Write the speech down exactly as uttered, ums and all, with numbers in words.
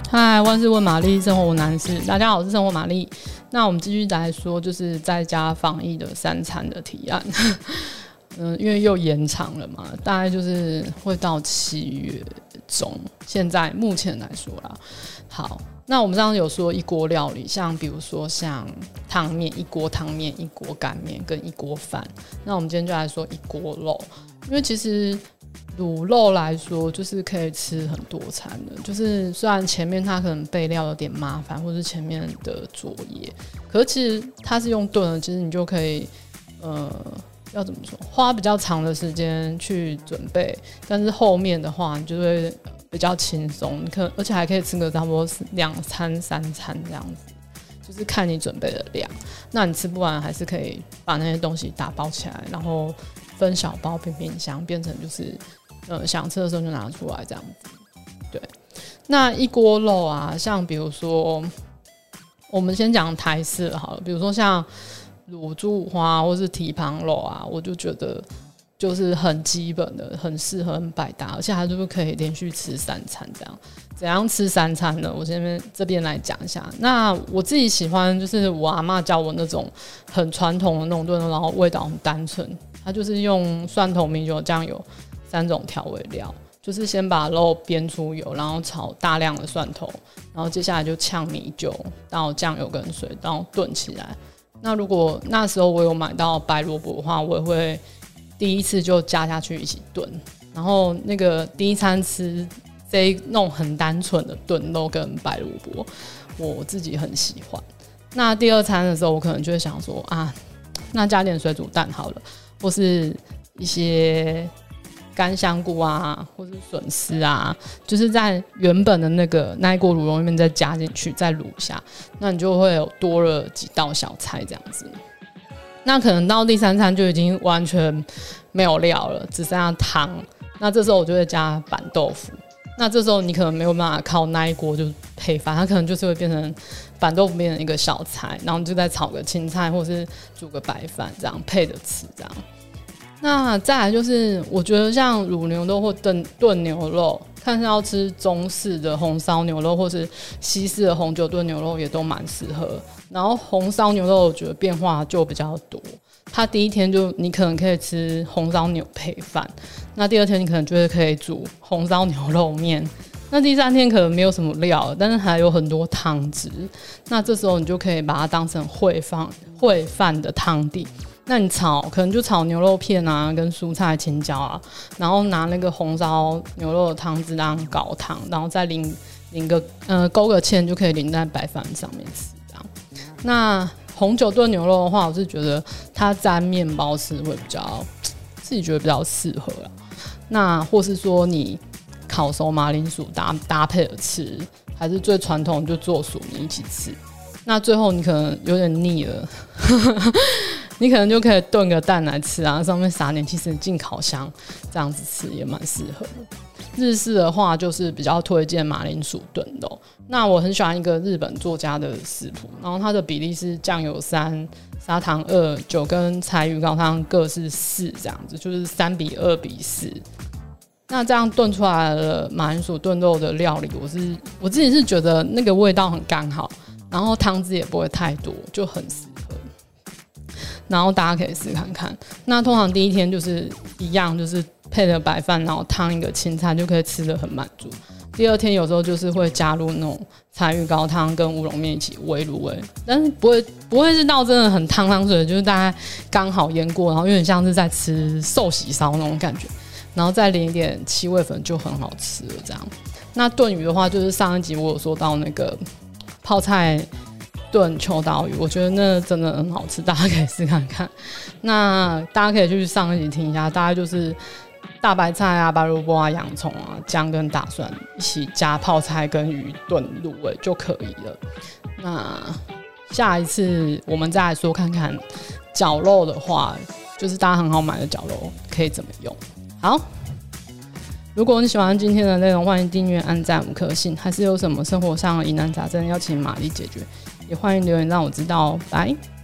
嗨，万事问玛丽，生活无难事。大家好，我是生活玛丽。那我们继续来说，就是在家防疫的三餐的提案。嗯，因为又延长了嘛，大概就是会到七月中。现在目前来说啦，好，那我们刚刚有说一锅料理，像比如说像汤面，一锅汤面，一锅干面跟一锅饭。那我们今天就来说一锅肉，因为其实卤肉来说，就是可以吃很多餐的。就是虽然前面它可能备料有点麻烦，或是前面的作业，可是其实它是用炖的，其实你就可以呃。要怎么说？花比较长的时间去准备，但是后面的话，你就会比较轻松。你可而且还可以吃个差不多两餐、三餐这样子，就是看你准备的量。那你吃不完，还是可以把那些东西打包起来，然后分小包冰冰箱，变成就是呃想吃的时候就拿出来这样子。对，那一锅肉啊，像比如说，我们先讲台式好了，比如说像卤猪五花或是蹄膀肉啊，我就觉得就是很基本的，很适合很百搭，而且它就是可以连续吃三餐这样。怎样吃三餐呢？我这边这边来讲一下。那我自己喜欢就是我阿嬷教我那种很传统的那种炖肉，然后味道很单纯，它就是用蒜头、米酒、酱油三种调味料，就是先把肉煸出油，然后炒大量的蒜头，然后接下来就呛米酒到酱油跟水，然后炖起来。那如果那时候我有买到白萝卜的话，我也会第一次就加下去一起炖，然后那个第一餐吃这一那种很单纯的炖肉跟白萝卜，我自己很喜欢。那第二餐的时候，我可能就会想说啊，那加点水煮蛋好了，或是一些干香菇啊，或是笋丝啊，就是在原本的那个那一锅卤肉里面再加进去，再卤一下，那你就会有多了几道小菜这样子。那可能到第三餐就已经完全没有料了，只剩下汤。那这时候我就会加板豆腐。那这时候你可能没有办法靠那一锅就配饭，它可能就是会变成板豆腐变成一个小菜，然后你就再炒个青菜，或是煮个白饭，这样配着吃这样。那再来就是，我觉得像卤牛肉或炖炖牛肉，看是要吃中式的红烧牛肉，或是西式的红酒炖牛肉，也都蛮适合。然后红烧牛肉，我觉得变化就比较多。它第一天就你可能可以吃红烧牛配饭，那第二天你可能就会可以煮红烧牛肉面，那第三天可能没有什么料，但是还有很多汤汁。那这时候你就可以把它当成烩饭烩饭的汤底。那你炒可能就炒牛肉片啊，跟蔬菜、青椒啊，然后拿那个红烧牛肉的汤汁当高汤，然后再淋淋个呃勾个芡，就可以淋在白饭上面吃这样。那红酒炖牛肉的话，我是觉得它沾面包吃会比较自己觉得比较适合啦。那或是说你烤熟马铃薯搭搭配着吃，还是最传统就做薯泥一起吃。那最后你可能有点腻了。你可能就可以炖个蛋来吃啊，上面撒点起司进烤箱，这样子吃也蛮适合的。日式的话，就是比较推荐马铃薯炖肉。那我很喜欢一个日本作家的食谱，然后它的比例是酱油三、砂糖二、酒跟柴鱼高汤各是四，这样子就是三比二比四。那这样炖出来的马铃薯炖肉的料理，我是我自己是觉得那个味道很刚好，然后汤汁也不会太多，就很适合。然后大家可以试看看。那通常第一天就是一样，就是配了白饭，然后汤一个青菜就可以吃得很满足。第二天有时候就是会加入那种柴鱼高汤跟乌龙面一起煨卤味，但是不会不会是到真的很汤汤水，就是大概刚好腌过，然后有点像是在吃寿喜烧那种感觉，然后再淋一点七味粉就很好吃了这样。那炖鱼的话，就是上一集我有说到那个泡菜炖秋刀鱼，我觉得那真的很好吃，大家可以试看看。那大家可以去上一集听一下，大概就是大白菜啊、白萝卜啊、洋葱啊、姜跟大蒜一起加泡菜跟鱼炖入味就可以了。那下一次我们再来说看看绞肉的话，就是大家很好买的绞肉可以怎么用。好，如果你喜欢今天的内容，欢迎订阅、按赞、五颗星。还是有什么生活上的疑难杂症要请玛丽解决，也欢迎留言让我知道哦。拜。